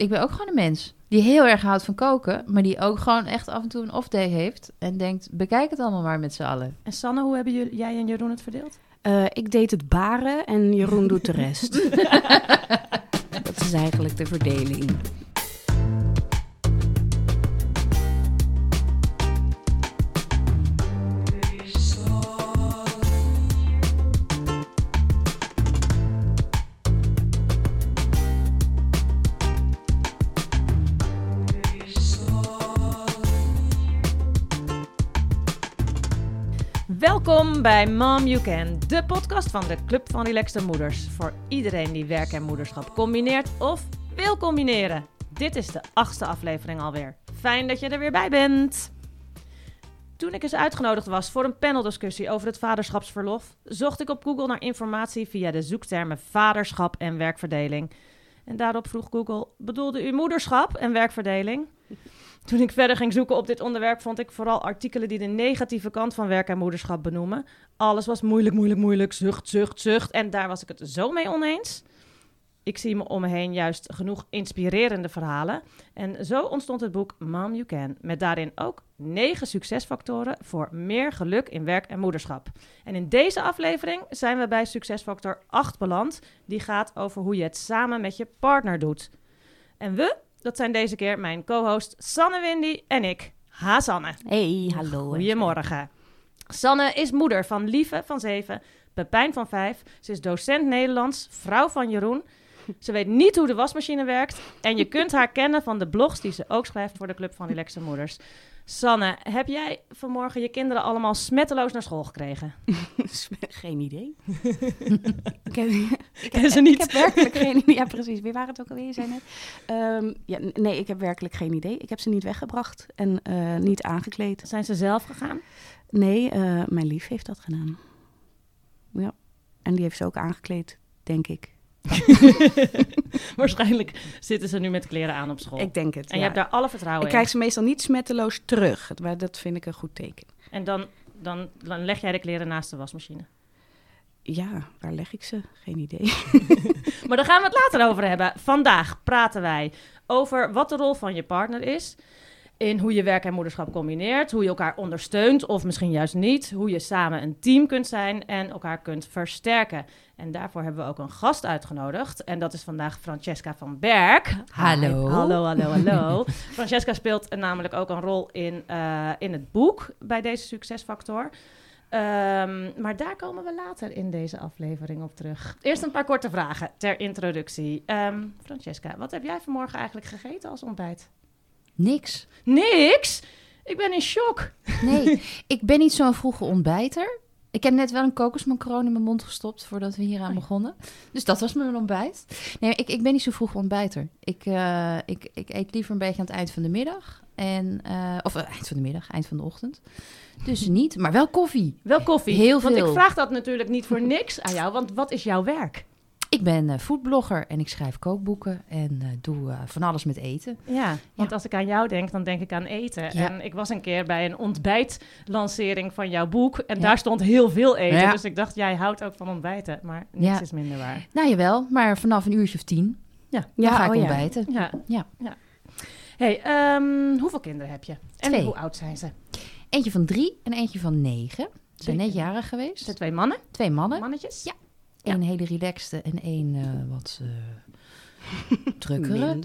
Ik ben ook gewoon een mens die heel erg houdt van koken, maar die ook gewoon echt af en toe een off-day heeft en denkt, bekijk het allemaal maar met z'n allen. En Sanne, hoe hebben jij en Jeroen het verdeeld? Ik deed het baren en Jeroen doet de rest. Dat is eigenlijk de verdeling. Welkom bij Mom You Can, de podcast van de Club van Relaxte Moeders. Voor iedereen die werk en moederschap combineert of wil combineren. Dit is de 8e aflevering alweer. Fijn dat je er weer bij bent. Toen ik eens uitgenodigd was voor een paneldiscussie over het vaderschapsverlof, zocht ik op Google naar informatie via de zoektermen vaderschap en werkverdeling. En daarop vroeg Google, bedoelde u moederschap en werkverdeling? Toen ik verder ging zoeken op dit onderwerp, vond ik vooral artikelen die de negatieve kant van werk en moederschap benoemen. Alles was moeilijk, zucht. En daar was ik het zo mee oneens. Ik zie me om me heen juist genoeg inspirerende verhalen. En zo ontstond het boek Mom You Can, met daarin ook 9 succesfactoren voor meer geluk in werk en moederschap. En in deze aflevering zijn we bij succesfactor 8 beland. Die gaat over hoe je het samen met je partner doet. En dat zijn deze keer mijn co-host Sanne Windy en ik. Ha Sanne. Hey, hallo. Goedemorgen. Sanne is moeder van Lieve van 7, Pepijn van 5. Ze is docent Nederlands, vrouw van Jeroen. Ze weet niet hoe de wasmachine werkt. En je kunt haar kennen van de blogs die ze ook schrijft voor de Club van Relaxte Moeders. Sanne, heb jij vanmorgen je kinderen allemaal smetteloos naar school gekregen? Geen idee. Ik heb werkelijk geen idee. Ja, precies. Wie waren het ook alweer? Je zei net. Nee, ik heb werkelijk geen idee. Ik heb ze niet weggebracht en niet aangekleed. Zijn ze zelf gegaan? Nee, mijn lief heeft dat gedaan. Ja, en die heeft ze ook aangekleed, denk ik. Waarschijnlijk zitten ze nu met kleren aan op school. Ik denk het, En je hebt daar alle vertrouwen in. Ik krijg ze meestal niet smetteloos terug. Maar dat vind ik een goed teken. En dan leg jij de kleren naast de wasmachine? Ja, waar leg ik ze? Geen idee. Maar daar gaan we het later over hebben. Vandaag praten wij over wat de rol van je partner is, in hoe je werk en moederschap combineert, hoe je elkaar ondersteunt of misschien juist niet, hoe je samen een team kunt zijn en elkaar kunt versterken. En daarvoor hebben we ook een gast uitgenodigd en dat is vandaag Francesca van Berk. Hallo. Hallo. Francesca speelt namelijk ook een rol in het boek bij deze succesfactor. Maar daar komen we later in deze aflevering op terug. Eerst een paar korte vragen ter introductie. Francesca, wat heb jij vanmorgen eigenlijk gegeten als ontbijt? Niks. Niks? Ik ben in shock. Nee, ik ben niet zo'n vroege ontbijter. Ik heb net wel een kokosmacaron in mijn mond gestopt voordat we hier aan begonnen. Dus dat was mijn ontbijt. Nee, ik ben niet zo vroeg ontbijter. Ik eet liever een beetje aan het eind van de middag. Eind van de middag, eind van de ochtend. Dus niet, maar wel koffie. Wel koffie. Heel veel. Want ik vraag dat natuurlijk niet voor niks aan jou. Want wat is jouw werk? Ik ben foodblogger en ik schrijf kookboeken en doe van alles met eten. Ja, want als ik aan jou denk, dan denk ik aan eten. Ja. En ik was een keer bij een ontbijtlancering van jouw boek en daar stond heel veel eten. Ja. Dus ik dacht, jij houdt ook van ontbijten, maar niks is minder waar. Nou jawel, maar vanaf 1:10 dan ga ik ontbijten. Ja. Hey, hoeveel kinderen heb je? En 2. Hoe oud zijn ze? Eentje van 3 en eentje van 9. Ze zijn net jarig geweest. De 2 mannen? 2 mannen. Mannetjes? Ja. Eén hele relaxte en één wat drukkere.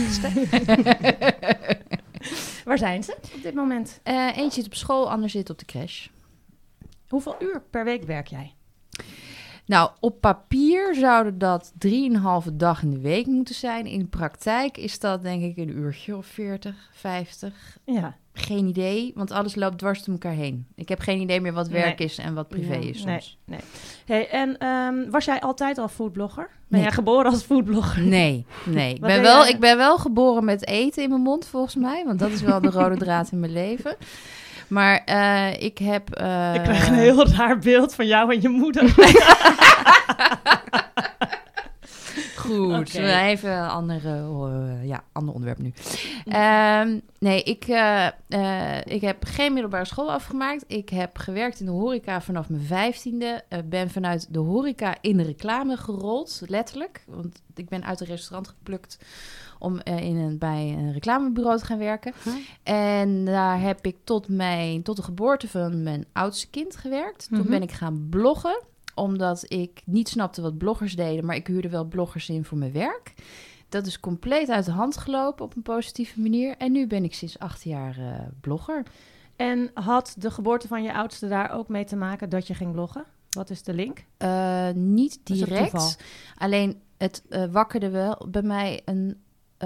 Waar zijn ze op dit moment? Eentje zit op school, ander zit op de crash. Hoeveel uur per week werk jij? Nou, op papier zouden dat 3,5 dag in de week moeten zijn. In de praktijk is dat denk ik een uurtje of 40, 50. Ja. Geen idee, want alles loopt dwars door elkaar heen. Ik heb geen idee meer wat werk is en wat privé is soms. Nee. Hey, en was jij altijd al foodblogger? Ben jij geboren als foodblogger? Nee. Ik ben wel geboren met eten in mijn mond, volgens mij. Want dat is wel de rode draad in mijn leven. Maar ik heb... Ik krijg een heel raar beeld van jou en je moeder. Goed, Okay. even een ander onderwerp nu. Nee, ik heb geen middelbare school afgemaakt. Ik heb gewerkt in de horeca vanaf mijn 15e. Ben vanuit de horeca in de reclame gerold, letterlijk. Want ik ben uit een restaurant geplukt om bij een reclamebureau te gaan werken. En daar heb ik tot de geboorte van mijn oudste kind gewerkt. Toen ben ik gaan bloggen, omdat ik niet snapte wat bloggers deden, maar ik huurde wel bloggers in voor mijn werk. Dat is compleet uit de hand gelopen op een positieve manier. En nu ben ik sinds 8 jaar blogger. En had de geboorte van je oudste daar ook mee te maken dat je ging bloggen? Wat is de link? Niet Dat is een direct, toeval. alleen het wakkerde wel bij mij een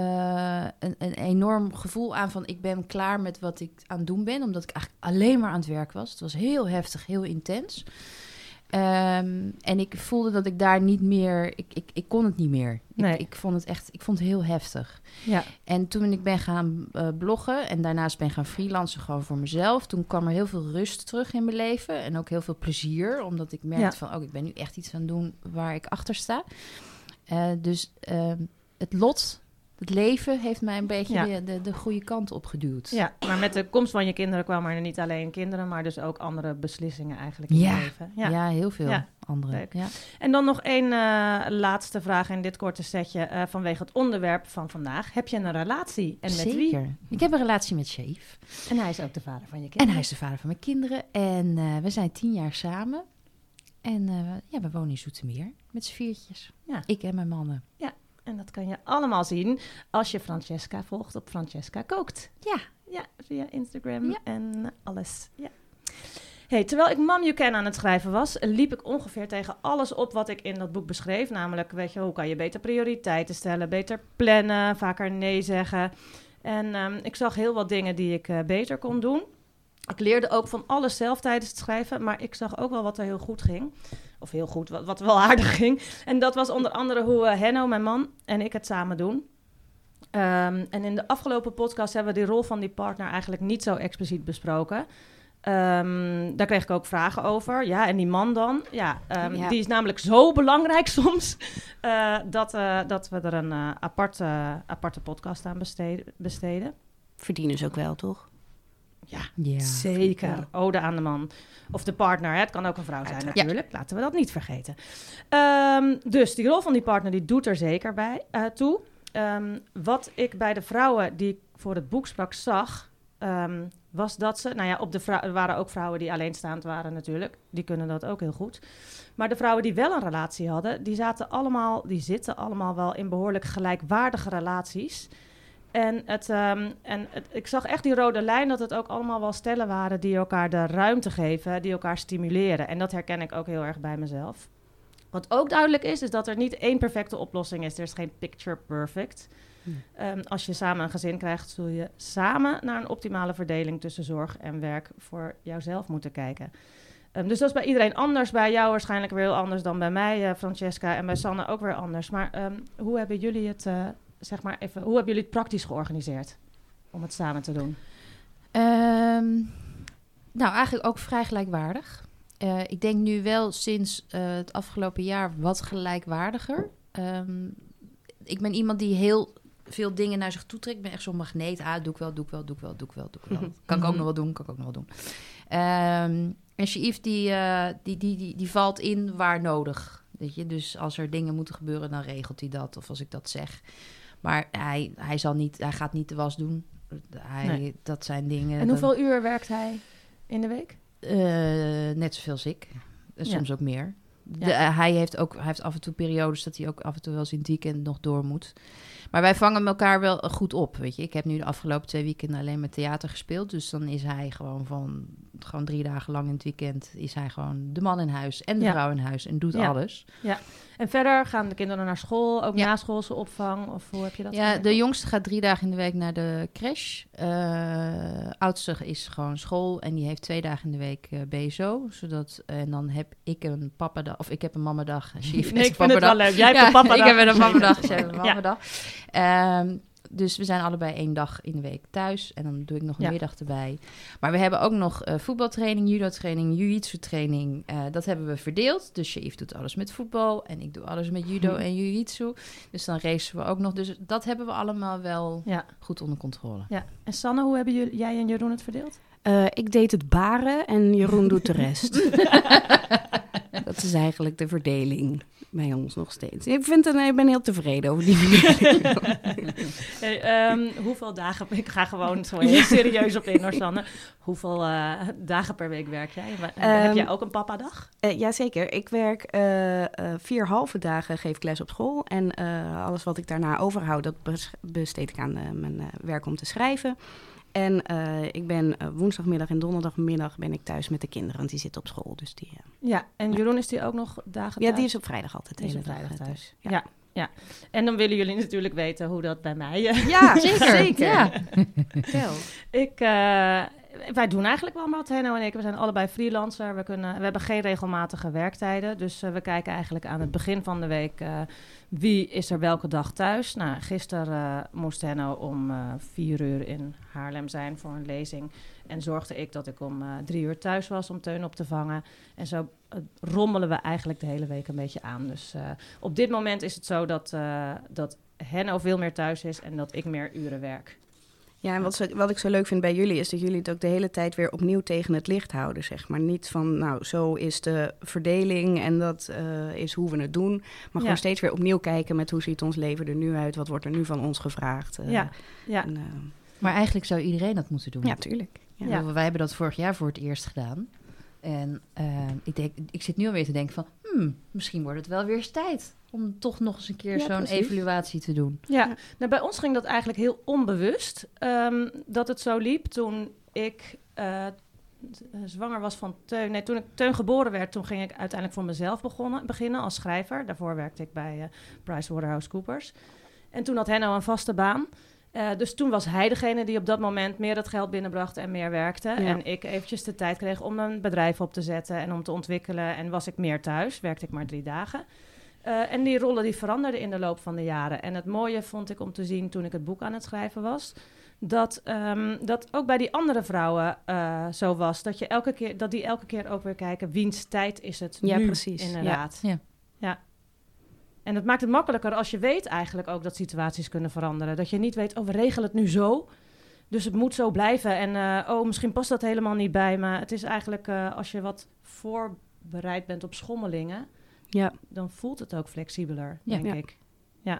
enorm gevoel aan van ik ben klaar met wat ik aan het doen ben, omdat ik eigenlijk alleen maar aan het werk was. Het was heel heftig, heel intens. En ik voelde dat ik daar niet meer... Ik kon het niet meer. Nee. Ik vond het heel heftig. Ja. En toen ik ben gaan bloggen en daarnaast ben gaan freelancen gewoon voor mezelf, toen kwam er heel veel rust terug in mijn leven en ook heel veel plezier, omdat ik merkte van, ik ben nu echt iets aan het doen waar ik achter sta. Dus het lot... Het leven heeft mij een beetje de goede kant opgeduwd. Ja, maar met de komst van je kinderen kwamen er niet alleen kinderen, maar dus ook andere beslissingen eigenlijk in je leven. Ja, heel veel andere. Leuk. Ja. En dan nog één laatste vraag in dit korte setje vanwege het onderwerp van vandaag. Heb je een relatie? En met wie? Zeker. Ik heb een relatie met Shaif. En hij is ook de vader van je En kinderen. hij is de vader van mijn kinderen. En we zijn 10 jaar samen. En we wonen in Zoetermeer met z'n 4'tjes. Ja. Ik en mijn mannen. En dat kan je allemaal zien als je Francesca volgt op Francesca Kookt. Ja. Ja, via Instagram en alles. Ja. Hey, terwijl ik Mom You Can aan het schrijven was, liep ik ongeveer tegen alles op wat ik in dat boek beschreef. Namelijk, weet je, hoe kan je beter prioriteiten stellen, beter plannen, vaker nee zeggen. En ik zag heel wat dingen die ik beter kon doen. Ik leerde ook van alles zelf tijdens het schrijven, maar ik zag ook wel wat er heel goed ging. Of heel goed, wat wel aardig ging. En dat was onder andere hoe Henno, mijn man, en ik het samen doen. En in de afgelopen podcast hebben we die rol van die partner eigenlijk niet zo expliciet besproken. Daar kreeg ik ook vragen over. Ja, en die man dan? Die is namelijk zo belangrijk soms dat we er een aparte podcast aan besteden. Verdienen ze ook wel, toch? Ja, zeker. Ode aan de man. Of de partner, hè? Het kan ook een vrouw zijn natuurlijk. Laten we dat niet vergeten. Dus die rol van die partner, die doet er zeker bij toe. Wat ik bij de vrouwen die ik voor het boek sprak zag, was dat ze... Nou ja, er waren ook vrouwen die alleenstaand waren natuurlijk. Die kunnen dat ook heel goed. Maar de vrouwen die wel een relatie hadden, die zitten allemaal wel in behoorlijk gelijkwaardige relaties. En ik zag echt die rode lijn dat het ook allemaal wel stellen waren die elkaar de ruimte geven, die elkaar stimuleren. En dat herken ik ook heel erg bij mezelf. Wat ook duidelijk is dat er niet één perfecte oplossing is. Er is geen picture perfect. Als je samen een gezin krijgt, zul je samen naar een optimale verdeling tussen zorg en werk voor jouzelf moeten kijken. Dus dat is bij iedereen anders. Bij jou waarschijnlijk weer heel anders dan bij mij, Francesca, en bij Sanne ook weer anders. Maar hoe hebben jullie het... hoe hebben jullie het praktisch georganiseerd om het samen te doen? Nou, eigenlijk ook vrij gelijkwaardig. Ik denk nu wel sinds het afgelopen jaar wat gelijkwaardiger. Ik ben iemand die heel veel dingen naar zich toe trekt. Ik ben echt zo'n magneet. Doe ik wel. Kan ik ook nog wel doen. En Shaif, die valt in waar nodig. Weet je? Dus als er dingen moeten gebeuren, dan regelt hij dat. Of als ik dat zeg. Maar hij gaat niet de was doen. Dat zijn dingen... En hoeveel uur werkt hij in de week? Net zoveel als ik. Soms ook meer. Ja. Hij heeft af en toe periodes dat hij ook af en toe wel eens in het weekend nog door moet. Maar wij vangen elkaar wel goed op, weet je. Ik heb nu de afgelopen 2 weekenden alleen maar theater gespeeld. Dus dan is hij gewoon 3 dagen lang in het weekend... is hij gewoon de man in huis en de vrouw in huis en doet alles. Ja. En verder gaan de kinderen naar school, ook naschoolse opvang? Of hoe heb je dat gedaan? De jongste gaat 3 dagen in de week naar de crash. Oudste is gewoon school en die heeft 2 dagen in de week BSO. En dan heb ik een papadag, of ik heb een mamadag. Ik vind het wel leuk. Jij hebt een papadag. Ik heb een papadag, zij heeft een mamadag. Dus we zijn allebei 1 dag in de week thuis. En dan doe ik nog een Ja. middag erbij. Maar we hebben ook nog voetbaltraining, judo-training, jiu-jitsu-training. Dat hebben we verdeeld. Dus Yves doet alles met voetbal. En ik doe alles met judo en jiu-jitsu. Dus dan racen we ook nog. Dus dat hebben we allemaal wel goed onder controle. Ja. En Sanne, hoe hebben jij en Jeroen het verdeeld? Ik deed het baren en Jeroen doet de rest. Dat is eigenlijk de verdeling bij ons nog steeds. Ik ben heel tevreden over die verdeling. Hoeveel dagen... Ik ga gewoon zo heel serieus op in, hoor, Sanne. Hoeveel dagen per week werk jij? Heb jij ook een papadag? Jazeker. Ik werk 4 halve dagen, geef ik les op school. En alles wat ik daarna overhoud, dat besteed ik aan mijn werk om te schrijven. En ik ben woensdagmiddag en donderdagmiddag ben ik thuis met de kinderen, want die zitten op school. Dus die, Ja, en Jeroen, is die ook nog dagen thuis? Ja, die is op vrijdag altijd de Die is hele op dag vrijdag thuis. Ja. Ja. En dan willen jullie natuurlijk weten hoe dat bij mij... Ja, zeker. Ja. Wij doen eigenlijk wel wat, Henno en ik. We zijn allebei freelancer. We hebben geen regelmatige werktijden. Dus we kijken eigenlijk aan het begin van de week... wie is er welke dag thuis? Nou, gisteren moest Henno om 4 uur in Haarlem zijn voor een lezing. En zorgde ik dat ik om 3 uur thuis was om Teun op te vangen. En zo rommelen we eigenlijk de hele week een beetje aan. Dus op dit moment is het zo dat Henno veel meer thuis is en dat ik meer uren werk. Ja, en wat ik zo leuk vind bij jullie is dat jullie het ook de hele tijd weer opnieuw tegen het licht houden, zeg maar. Niet van, nou, zo is de verdeling en dat is hoe we het doen. Maar gewoon steeds weer opnieuw kijken met hoe ziet ons leven er nu uit, wat wordt er nu van ons gevraagd. Maar eigenlijk zou iedereen dat moeten doen. Ja, tuurlijk. Ja. Wij hebben dat vorig jaar voor het eerst gedaan. En ik zit nu alweer te denken van, misschien wordt het wel weer eens tijd om toch nog eens een keer zo'n evaluatie te doen. Ja, nou, bij ons ging dat eigenlijk heel onbewust. Dat het zo liep toen ik zwanger was van Teun. Nee, toen ik Teun geboren werd, toen ging ik uiteindelijk voor mezelf beginnen als schrijver. Daarvoor werkte ik bij PricewaterhouseCoopers. En toen had Henno een vaste baan. Dus toen was hij degene die op dat moment meer het geld binnenbracht en meer werkte. Ja. En ik eventjes de tijd kreeg om een bedrijf op te zetten en om te ontwikkelen. En was ik meer thuis, werkte ik maar 3 dagen. En die rollen die veranderden in de loop van de jaren. En het mooie vond ik om te zien toen ik het boek aan het schrijven was... dat ook bij die andere vrouwen zo was. Dat die elke keer ook weer kijken, wiens tijd is het nu? Ja, precies. Inderdaad. Ja. En het maakt het makkelijker als je weet eigenlijk ook dat situaties kunnen veranderen. Dat je niet weet, we regelen het nu zo. Dus het moet zo blijven. En misschien past dat helemaal niet bij me. Het is eigenlijk als je wat voorbereid bent op schommelingen... Ja. Dan voelt het ook flexibeler, denk ik. Ja.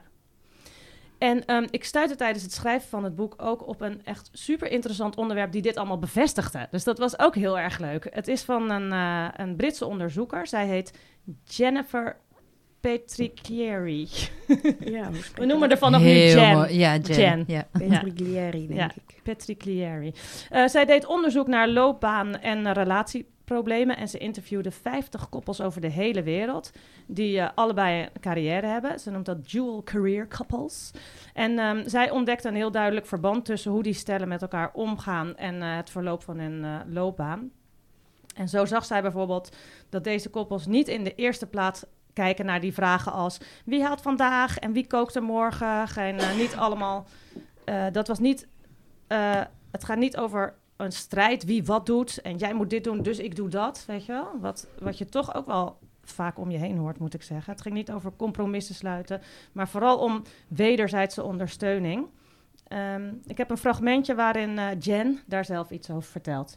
En ik stuitte tijdens het schrijven van het boek ook op een echt super interessant onderwerp die dit allemaal bevestigde. Dus dat was ook heel erg leuk. Het is van een Britse onderzoeker. Zij heet Jennifer Petriglieri. Ja, we noemen ervan nog nu Jen. Mooi. Ja, Jen. Ja. Petriglieri, denk ik. Petriglieri. Zij deed onderzoek naar loopbaan en relatieproblemen en ze interviewde 50 koppels over de hele wereld die allebei een carrière hebben. Ze noemt dat dual career couples. En zij ontdekte een heel duidelijk verband tussen hoe die stellen met elkaar omgaan en het verloop van hun loopbaan. En zo zag zij bijvoorbeeld dat deze koppels niet in de eerste plaats kijken naar die vragen als wie haalt vandaag en wie kookt er morgen. Niet allemaal. Dat was niet. Het gaat niet over een strijd wie wat doet en jij moet dit doen, dus ik doe dat, weet je wel? Wat je toch ook wel vaak om je heen hoort, moet ik zeggen. Het ging niet over compromissen sluiten, maar vooral om wederzijdse ondersteuning. Ik heb een fragmentje waarin Jen daar zelf iets over vertelt.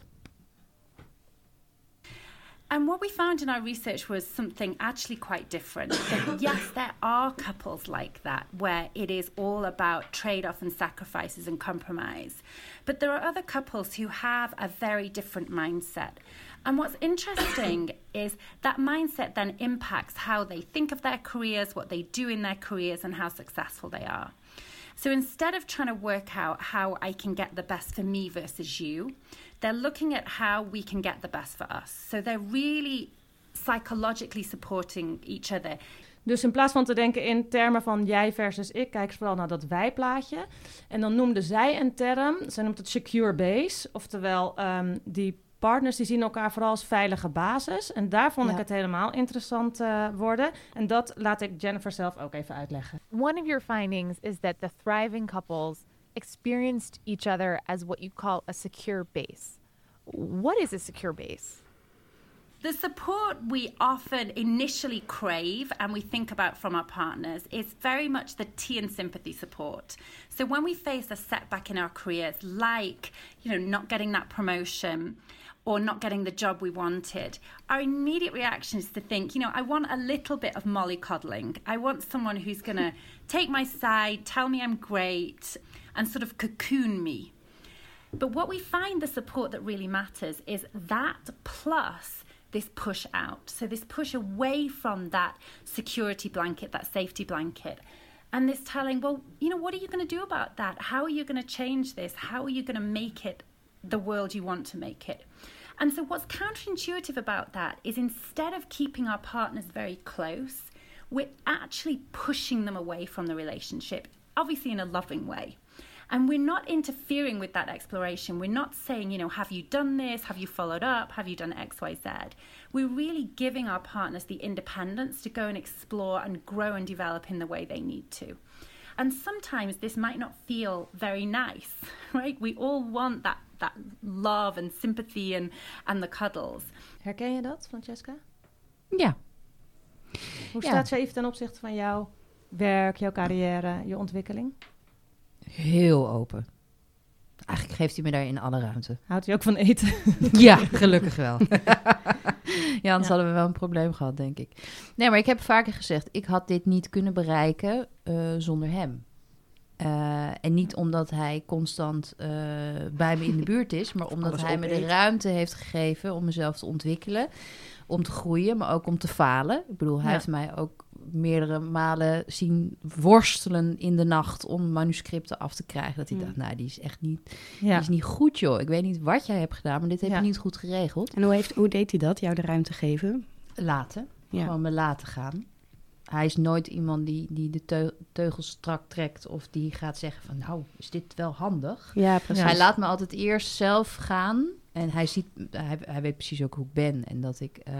And what we found in our research was something actually quite different. That yes, there are couples like that, where it is all about trade-off and sacrifices and compromise. But there are other couples who have a very different mindset. And what's interesting is that mindset then impacts how they think of their careers, what they do in their careers, and how successful they are. So instead of trying to work out how I can get the best for me versus you, they're looking at how we can get the best for us. So they're really psychologically supporting each other. Dus in plaats van te denken in termen van jij versus ik, kijk ze vooral naar dat wij-plaatje. En dan noemde zij een term, zij noemt het secure base. Oftewel die partners die zien elkaar vooral als veilige basis. En daar vond ik het helemaal interessant worden. En dat laat ik Jennifer zelf ook even uitleggen. One of your findings is that the thriving couples experienced each other as what you call a secure base. What is a secure base? The support we often initially crave and we think about from our partners is very much the tea and sympathy support. So when we face a setback in our careers, like, not getting that promotion or not getting the job we wanted, our immediate reaction is to think, I want a little bit of mollycoddling. I want someone who's going to take my side, tell me I'm great, and sort of cocoon me. But what we find the support that really matters is that plus this push out. So this push away from that security blanket, that safety blanket. And this telling, well, what are you going to do about that? How are you going to change this? How are you going to make it the world you want to make it? And so what's counterintuitive about that is instead of keeping our partners very close, we're actually pushing them away from the relationship, obviously in a loving way. And we're not interfering with that exploration. We're not saying, have you done this? Have you followed up? Have you done X, Y, Z? We're really giving our partners the independence to go and explore and grow and develop in the way they need to. And sometimes this might not feel very nice, right? We all want that love and sympathy and the cuddles. Herken je dat, Francesca? Ja. Hoe staat ze even ten opzichte van jouw werk, jouw carrière, je ontwikkeling? Heel open. Eigenlijk geeft hij me daarin alle ruimte. Houdt hij ook van eten? Ja, gelukkig wel. Ja, anders hadden we wel een probleem gehad, denk ik. Nee, maar ik heb vaker gezegd, ik had dit niet kunnen bereiken zonder hem. En niet omdat hij constant bij me in de buurt is, maar omdat hij me de ruimte heeft gegeven om mezelf te ontwikkelen, om te groeien, maar ook om te falen. Ik bedoel, hij heeft mij ook meerdere malen zien worstelen in de nacht om manuscripten af te krijgen. Dat hij dacht, die is echt niet, die is niet goed, joh. Ik weet niet wat jij hebt gedaan, maar dit heb je niet goed geregeld. En hoe deed hij dat, jou de ruimte geven? Laten. Gewoon me laten gaan. Hij is nooit iemand die de teugels strak trekt of die gaat zeggen van, is dit wel handig? Ja, precies. Hij laat me altijd eerst zelf gaan en hij weet precies ook hoe ik ben en dat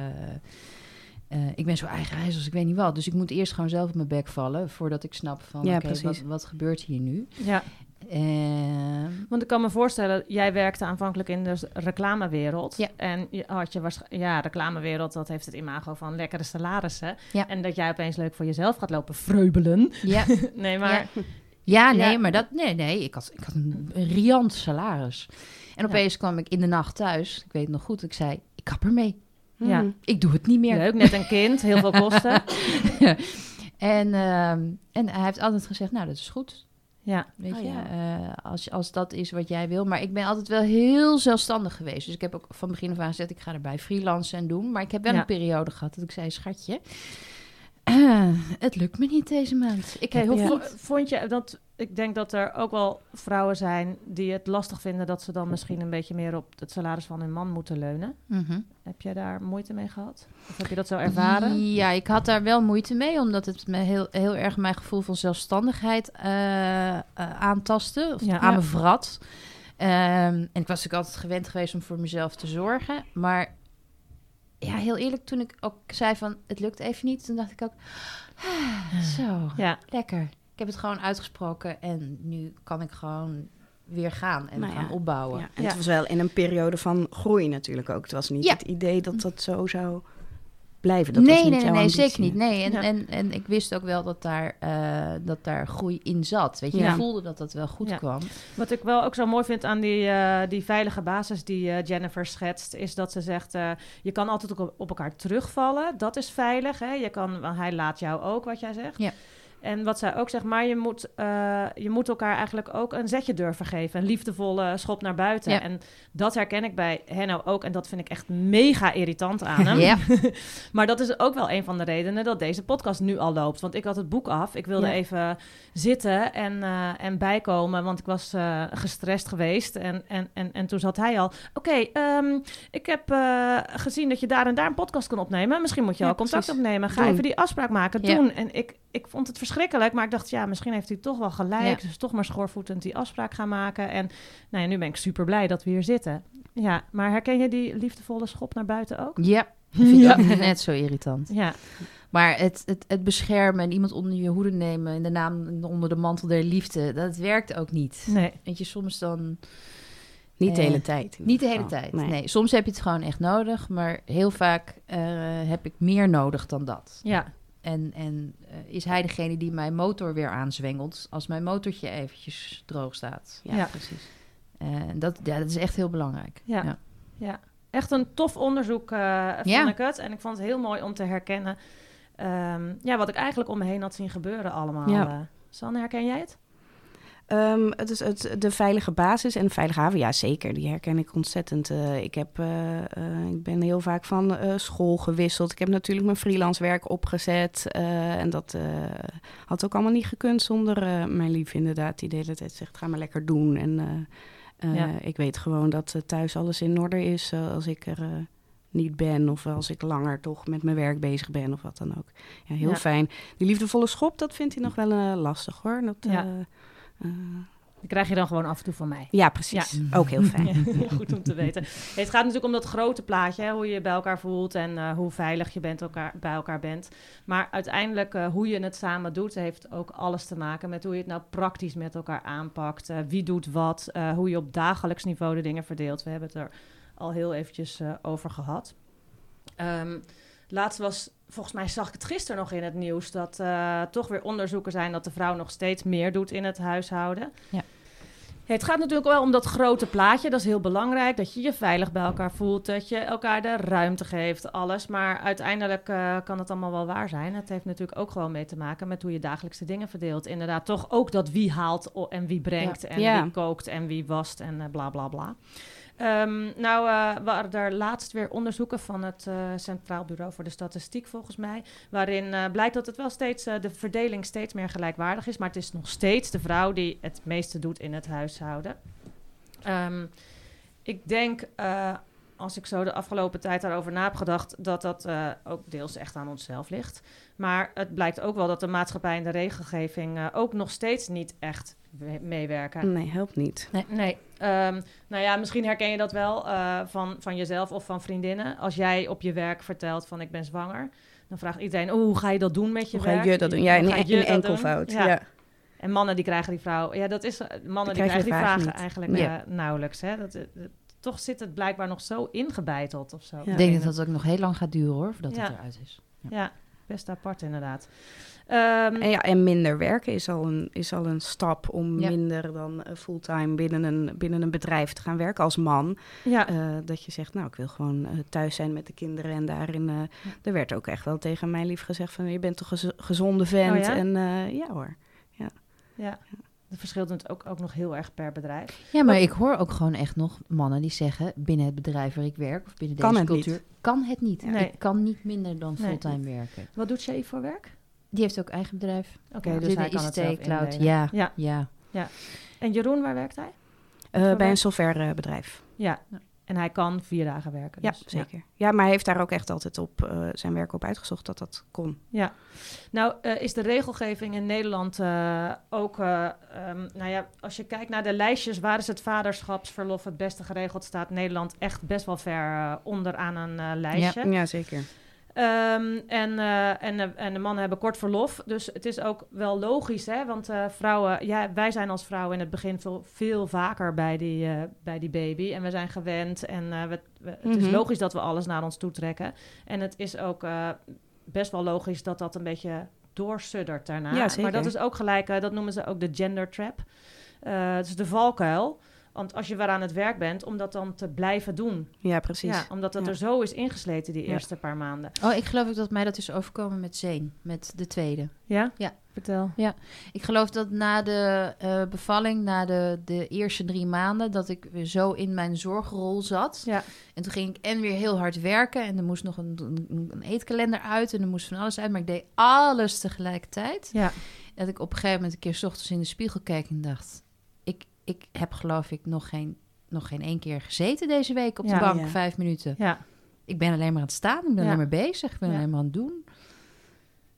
ik ben zo eigenwijs als ik weet niet wat. Dus ik moet eerst gewoon zelf op mijn bek vallen voordat ik snap van, wat gebeurt hier nu? Ja. Want ik kan me voorstellen, jij werkte aanvankelijk in de reclamewereld. Ja. En reclamewereld, dat heeft het imago van lekkere salarissen. Ja. En dat jij opeens leuk voor jezelf gaat lopen vreubelen. Ja. Nee, maar... Nee, ik had een riant salaris. En opeens kwam ik in de nacht thuis. Ik weet het nog goed, ik zei, ik kap ermee. Ja. Ik doe het niet meer. Leuk, net een kind, heel veel kosten. En hij heeft altijd gezegd, dat is goed. Ja, weet je, als dat is wat jij wil. Maar ik ben altijd wel heel zelfstandig geweest. Dus ik heb ook van begin af aan gezegd, ik ga erbij freelancen en doen. Maar ik heb wel een periode gehad dat ik zei, schatje, het lukt me niet deze maand. Vond je dat... Ik denk dat er ook wel vrouwen zijn die het lastig vinden dat ze dan misschien een beetje meer op het salaris van hun man moeten leunen. Mm-hmm. Heb jij daar moeite mee gehad? Of heb je dat zo ervaren? Ja, ik had daar wel moeite mee, omdat het me heel erg mijn gevoel van zelfstandigheid aantastte. Of aan me vrat. En ik was natuurlijk altijd gewend geweest om voor mezelf te zorgen. Maar ja, heel eerlijk, toen ik ook zei van het lukt even niet, toen dacht ik ook, lekker. Ik heb het gewoon uitgesproken en nu kan ik gewoon weer gaan en gaan opbouwen. Ja. En het was wel in een periode van groei natuurlijk ook. Het was niet het idee dat dat zo zou blijven. Dat was niet jouw ambitie. Zeker niet. Nee, en ik wist ook wel dat daar groei in zat. Weet je, je voelde dat wel goed kwam. Wat ik wel ook zo mooi vind aan die veilige basis die Jennifer schetst, is dat ze zegt, je kan altijd op elkaar terugvallen. Dat is veilig. Hè? Hij laat jou ook, wat jij zegt. Ja. En wat zij ook zegt, maar je moet elkaar eigenlijk ook een zetje durven geven. Een liefdevolle schop naar buiten. Ja. En dat herken ik bij Henno ook. En dat vind ik echt mega irritant aan hem. Ja. Maar dat is ook wel een van de redenen dat deze podcast nu al loopt. Want ik had het boek af. Ik wilde even zitten en bijkomen. Want ik was gestrest geweest. En toen zat hij al. Oké, ik heb gezien dat je daar en daar een podcast kan opnemen. Misschien moet je al contact opnemen. Ga even die afspraak maken. Doen. En ik vond het verschrikkelijk, maar ik dacht, misschien heeft hij toch wel gelijk. Dus toch maar schoorvoetend die afspraak gaan maken. En nu ben ik super blij dat we hier zitten. Ja, maar herken je die liefdevolle schop naar buiten ook? Ja, dat vind ik ook net zo irritant. Ja. Maar het beschermen en iemand onder je hoede nemen... in de naam onder de mantel der liefde... dat werkt ook niet. Nee. Weet je, soms dan... Niet de hele tijd. Niet de hele tijd, nee. Soms heb je het gewoon echt nodig... maar heel vaak heb ik meer nodig dan dat. Ja. En is hij degene die mijn motor weer aanzwengelt... als mijn motortje eventjes droog staat. Ja, precies. Dat is echt heel belangrijk. Ja. Echt een tof onderzoek vond ik het. En ik vond het heel mooi om te herkennen... wat ik eigenlijk om me heen had zien gebeuren allemaal. Ja. Sanne, herken jij het? Het is de veilige basis en de veilige haven. Ja, zeker. Die herken ik ontzettend. Ik ben heel vaak van school gewisseld. Ik heb natuurlijk mijn freelance werk opgezet. En dat had ook allemaal niet gekund zonder mijn lief inderdaad. Die de hele tijd zegt, ga maar lekker doen. En ik weet gewoon dat thuis alles in orde is als ik er... niet ben of als ik langer toch met mijn werk bezig ben of wat dan ook. Ja, heel fijn. Die liefdevolle schop, dat vindt hij nog wel lastig hoor. Die krijg je dan gewoon af en toe van mij. Ja, precies. Ja. Ook heel fijn. Ja, goed om te weten. Het gaat natuurlijk om dat grote plaatje, hè, hoe je je bij elkaar voelt en hoe veilig je bij elkaar bent. Maar uiteindelijk hoe je het samen doet, heeft ook alles te maken met hoe je het nou praktisch met elkaar aanpakt. Wie doet wat, hoe je op dagelijks niveau de dingen verdeelt. We hebben het er al heel eventjes over gehad. Laatst was, volgens mij zag ik het gisteren nog in het nieuws... dat toch weer onderzoeken zijn dat de vrouw nog steeds meer doet in het huishouden. Ja. Het gaat natuurlijk wel om dat grote plaatje, dat is heel belangrijk. Dat je je veilig bij elkaar voelt, dat je elkaar de ruimte geeft, alles. Maar uiteindelijk kan het allemaal wel waar zijn. Het heeft natuurlijk ook gewoon mee te maken met hoe je dagelijkse dingen verdeelt. Inderdaad, toch ook dat wie haalt en wie brengt en wie kookt en wie wast en bla bla bla. Waren er laatst weer onderzoeken van het Centraal Bureau voor de Statistiek, volgens mij, waarin blijkt dat het wel steeds de verdeling steeds meer gelijkwaardig is, maar het is nog steeds de vrouw die het meeste doet in het huishouden. Ik denk, als ik zo de afgelopen tijd daarover na heb gedacht, dat dat ook deels echt aan onszelf ligt. Maar het blijkt ook wel dat de maatschappij en de regelgeving ook nog steeds niet echt meewerken. Nee, helpt niet. Nee. Misschien herken je dat wel van jezelf of van vriendinnen. Als jij op je werk vertelt van ik ben zwanger, dan vraagt iedereen, hoe ga je dat doen met je werk? Hoe ga je dat doen? Ja, in enkelvoud. Ja. En mannen die krijgen die vrouw. Ja, dat is mannen die krijgen die vragen eigenlijk nauwelijks. Hè? Toch zit het blijkbaar nog zo ingebeiteld of zo. Ja. Ik denk dat het ook nog heel lang gaat duren hoor, voordat het eruit is. Ja, best apart inderdaad. En minder werken is al een stap om minder dan fulltime binnen een bedrijf te gaan werken als man. Ja. Dat je zegt, ik wil gewoon thuis zijn met de kinderen. En daarin, er werd ook echt wel tegen mijn lief gezegd van, je bent toch een gezonde vent. Oh, ja? En ja hoor. Ja. Dat verschilt natuurlijk ook nog heel erg per bedrijf. Ja, maar ik hoor ook gewoon echt nog mannen die zeggen, binnen het bedrijf waar ik werk of binnen deze cultuur, kan het niet. Nee. Ik kan niet minder dan fulltime werken. Wat doet Shay voor werk? Die heeft ook eigen bedrijf. Oké, dus hij kan het zelf cloud. Ja. En Jeroen, waar werkt hij? Bij een softwarebedrijf. Ja. En hij kan 4 dagen werken. Dus. Ja, zeker. Ja, maar hij heeft daar ook echt altijd op zijn werk op uitgezocht dat kon. Ja. Nou, is de regelgeving in Nederland ook... als je kijkt naar de lijstjes, waar is het vaderschapsverlof het beste geregeld, staat Nederland echt best wel ver onderaan een lijstje. Ja, zeker. En de mannen hebben kort verlof. Dus het is ook wel logisch, hè? Want vrouwen, wij zijn als vrouwen in het begin veel vaker bij die baby. En we zijn gewend. En het is logisch dat we alles naar ons toe trekken. En het is ook best wel logisch dat dat een beetje doorsuddert daarna. Ja, zeker. Maar dat is ook gelijk, dat noemen ze ook de gender trap. Het is de valkuil. Want als je weer aan het werk bent, om dat dan te blijven doen. Ja, precies. Ja, omdat het er zo is ingesleten die eerste paar maanden. Oh, ik geloof ook dat mij dat is overkomen met Zeen, met de tweede. Ja? Ja. Vertel. Ja, ik geloof dat na de bevalling, na de eerste 3 maanden, dat ik weer zo in mijn zorgrol zat. Ja. En toen ging ik weer heel hard werken en er moest nog een eetkalender uit en er moest van alles uit. Maar ik deed alles tegelijkertijd. Ja. Dat ik op een gegeven moment een keer 's ochtends in de spiegel keek en dacht, ik heb geloof ik nog geen 1 keer gezeten deze week op de bank, 5 minuten. Ja. Ik ben alleen maar aan het staan, ik ben alleen maar bezig, ik ben alleen maar aan het doen.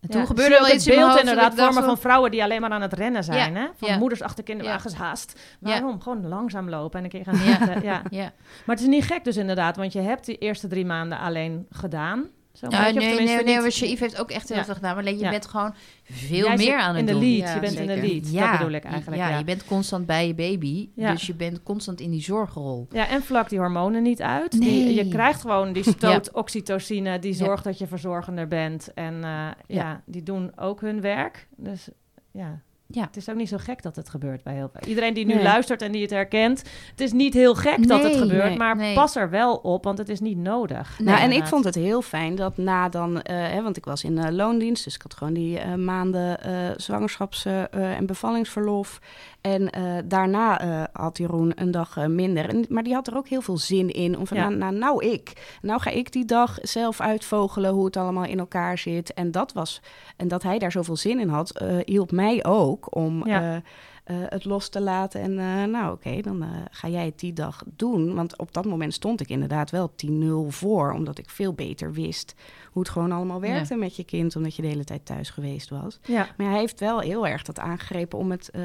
Toen gebeurde er wel iets in mijn beeld hoofd. inderdaad dat ik vormen dacht van vrouwen die alleen maar aan het rennen zijn. Ja, Hè? Van moeders achter kinderwagens haast. Waarom? Gewoon langzaam lopen en een keer gaan zitten. Ja. Maar het is niet gek dus inderdaad, want je hebt die eerste 3 maanden alleen gedaan. Nee, Shaif heeft ook echt heel veel gedaan. Maar alleen je bent gewoon veel meer aan het doen. Je bent in de lead. Dat bedoel ik eigenlijk. Ja, je bent constant bij je baby. Ja. Dus je bent constant in die zorgrol. Ja, en vlak die hormonen niet uit. Nee. Je krijgt gewoon die stoot oxytocine. Die zorgt dat je verzorgender bent. En die doen ook hun werk. Dus ja. Het is ook niet zo gek dat het gebeurt bij heel veel. Iedereen die nu luistert en die het herkent. Het is niet heel gek dat het gebeurt, maar pas er wel op, want het is niet nodig. Nou, en ik vond het heel fijn dat na dan... want ik was in loondienst, dus ik had gewoon die maanden zwangerschaps- en bevallingsverlof. En daarna had Jeroen een dag minder. Maar die had er ook heel veel zin in. Om van, nou ga ik die dag zelf uitvogelen hoe het allemaal in elkaar zit. En dat hij daar zoveel zin in had, hielp mij ook om het los te laten. En dan ga jij het die dag doen. Want op dat moment stond ik inderdaad wel 10-0 voor. Omdat ik veel beter wist hoe het gewoon allemaal werkte met je kind. Omdat je de hele tijd thuis geweest was. Ja. Maar hij heeft wel heel erg dat aangegrepen om het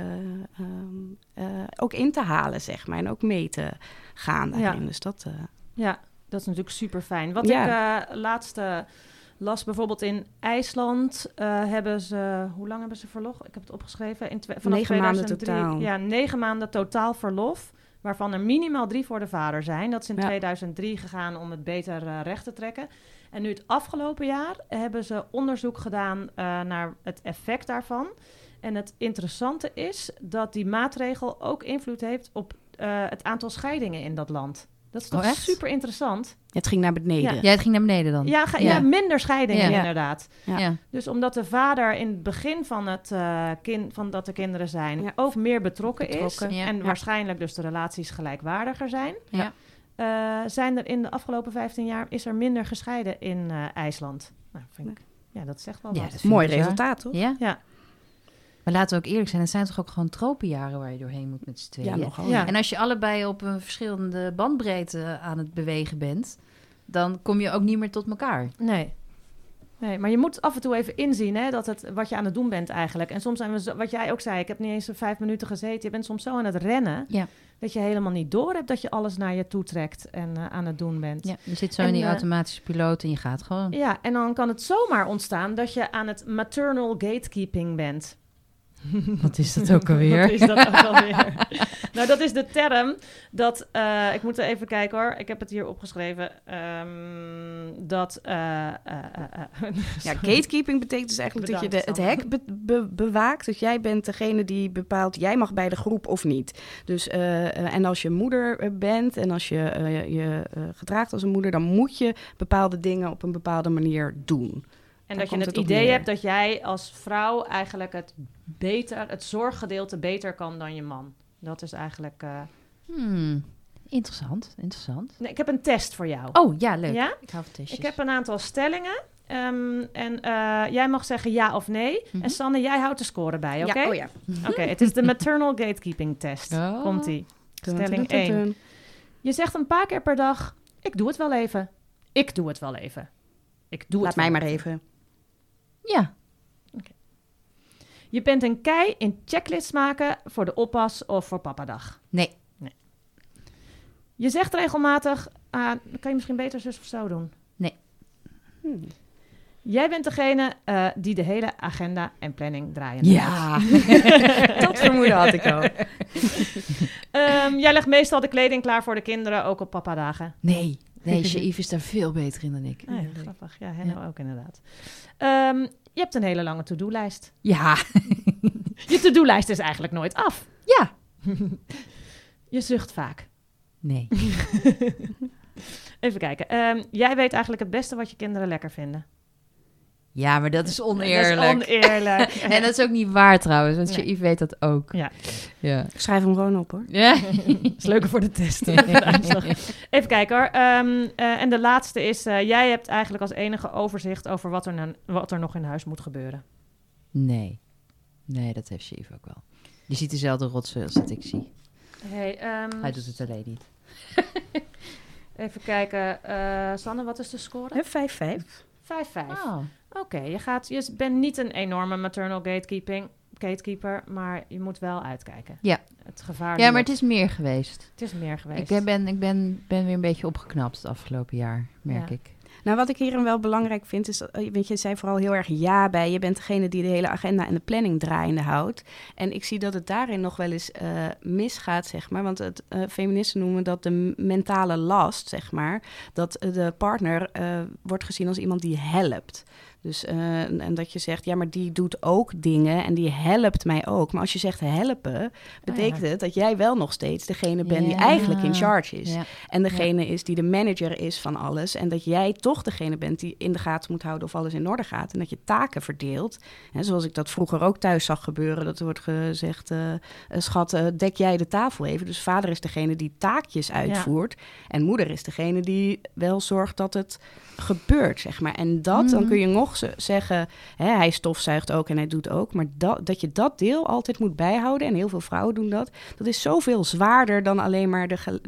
ook in te halen, zeg maar. En ook mee te gaan daarin. Ja. Dus dat... dat is natuurlijk super fijn. Wat ik laatst... las bijvoorbeeld in IJsland hebben ze... Hoe lang hebben ze verlof? Ik heb het opgeschreven. Vanaf 9 maanden totaal. Ja, 9 maanden totaal verlof. Waarvan er minimaal 3 voor de vader zijn. Dat is in 2003 gegaan om het beter recht te trekken. En nu het afgelopen jaar hebben ze onderzoek gedaan naar het effect daarvan. En het interessante is dat die maatregel ook invloed heeft op het aantal scheidingen in dat land. Dat is toch super interessant. Het ging naar beneden. Ja, het ging naar beneden dan. Ja, minder scheidingen inderdaad. Ja. Dus omdat de vader in het begin van het van dat er kinderen zijn... ook meer betrokken is. En waarschijnlijk dus de relaties gelijkwaardiger zijn. Zijn er in de afgelopen 15 jaar... is er minder gescheiden in IJsland. Nou, vind ik, dat zegt wel wat. Mooi resultaat, toch? Ja. Maar laten we ook eerlijk zijn, het zijn toch ook gewoon tropenjaren waar je doorheen moet met z'n tweeën. Ja, nogal. Ja. En als je allebei op een verschillende bandbreedte aan het bewegen bent, dan kom je ook niet meer tot elkaar. Nee, maar je moet af en toe even inzien wat je aan het doen bent eigenlijk. En soms zijn we, wat jij ook zei, ik heb niet eens 5 minuten gezeten. Je bent soms zo aan het rennen, dat je helemaal niet door hebt dat je alles naar je toe trekt en aan het doen bent. Ja, je zit zo in die automatische piloot en je gaat gewoon. Ja, en dan kan het zomaar ontstaan dat je aan het maternal gatekeeping bent. Wat is dat ook alweer? Nou, dat is de term dat... ik moet er even kijken hoor. Ik heb het hier opgeschreven. Gatekeeping betekent dus eigenlijk dat je het hek bewaakt. Dus jij bent degene die bepaalt... jij mag bij de groep of niet. Dus, en als je moeder bent en als je gedraagt als een moeder... dan moet je bepaalde dingen op een bepaalde manier doen. En dat je het idee hebt dat jij als vrouw eigenlijk het zorggedeelte beter kan dan je man. Dat is eigenlijk... Interessant. Nee, ik heb een test voor jou. Oh, ja, leuk. Ja? Ik hou van testjes. Ik heb een aantal stellingen. En jij mag zeggen ja of nee. Mm-hmm. En Sanne, jij houdt de score bij, oké? Ja, Oké, het is de maternal gatekeeping test. Komt-ie. Stelling 1. Je zegt een paar keer per dag... Ik doe het wel even. Ik doe het wel even. Laat mij maar even. Ja. Okay. Je bent een kei in checklists maken voor de oppas of voor papadag. Nee. Je zegt regelmatig, kan je misschien beter zus of zo doen? Nee. Jij bent degene die de hele agenda en planning draaien. Ja, dat vermoeden had ik ook. Jij legt meestal de kleding klaar voor de kinderen, ook op papadagen. Nee, Shaif is daar veel beter in dan ik. Ja, grappig. Ja, Henno ook inderdaad. Je hebt een hele lange to-do-lijst. Ja. Je to-do-lijst is eigenlijk nooit af. Ja. Je zucht vaak. Nee. Even kijken. Jij weet eigenlijk het beste wat je kinderen lekker vinden. Ja, maar dat is oneerlijk. Dat is oneerlijk. En dat is ook niet waar trouwens, want Shaif weet dat ook. Ja. Ik schrijf hem gewoon op, hoor. Ja. Is leuker voor de test. Even kijken hoor. En de laatste is, jij hebt eigenlijk als enige overzicht over wat er nog in huis moet gebeuren. Nee, dat heeft Shaif ook wel. Je ziet dezelfde rotsen als dat ik zie. Hij doet het alleen niet. Even kijken. Sanne, wat is de score? 5-5. 5-5. Oké, je bent niet een enorme maternal gatekeeper, maar je moet wel uitkijken. Ja. Het gevaar. Ja, maar het is meer geweest. Het is meer geweest. Ik ben weer een beetje opgeknapt het afgelopen jaar, merk ik. Nou, wat ik hierin wel belangrijk vind, is, weet je zei vooral heel erg ja bij. Je bent degene die de hele agenda en de planning draaiende houdt. En ik zie dat het daarin nog wel eens misgaat, zeg maar. Want feministen noemen dat de mentale last, zeg maar. Dat de partner wordt gezien als iemand die helpt. Dus en dat je zegt, ja, maar die doet ook dingen en die helpt mij ook. Maar als je zegt helpen, betekent het dat jij wel nog steeds degene bent die eigenlijk in charge is. Ja. En degene is die de manager is van alles. En dat jij toch degene bent die in de gaten moet houden of alles in orde gaat. En dat je taken verdeelt. En zoals ik dat vroeger ook thuis zag gebeuren. Dat er wordt gezegd, schat, dek jij de tafel even. Dus vader is degene die taakjes uitvoert. Ja. En moeder is degene die wel zorgt dat het gebeurt, zeg maar. En dan kun je nog zeggen, hij stofzuigt ook en hij doet ook. Maar dat je dat deel altijd moet bijhouden, en heel veel vrouwen doen dat, dat is zoveel zwaarder dan alleen maar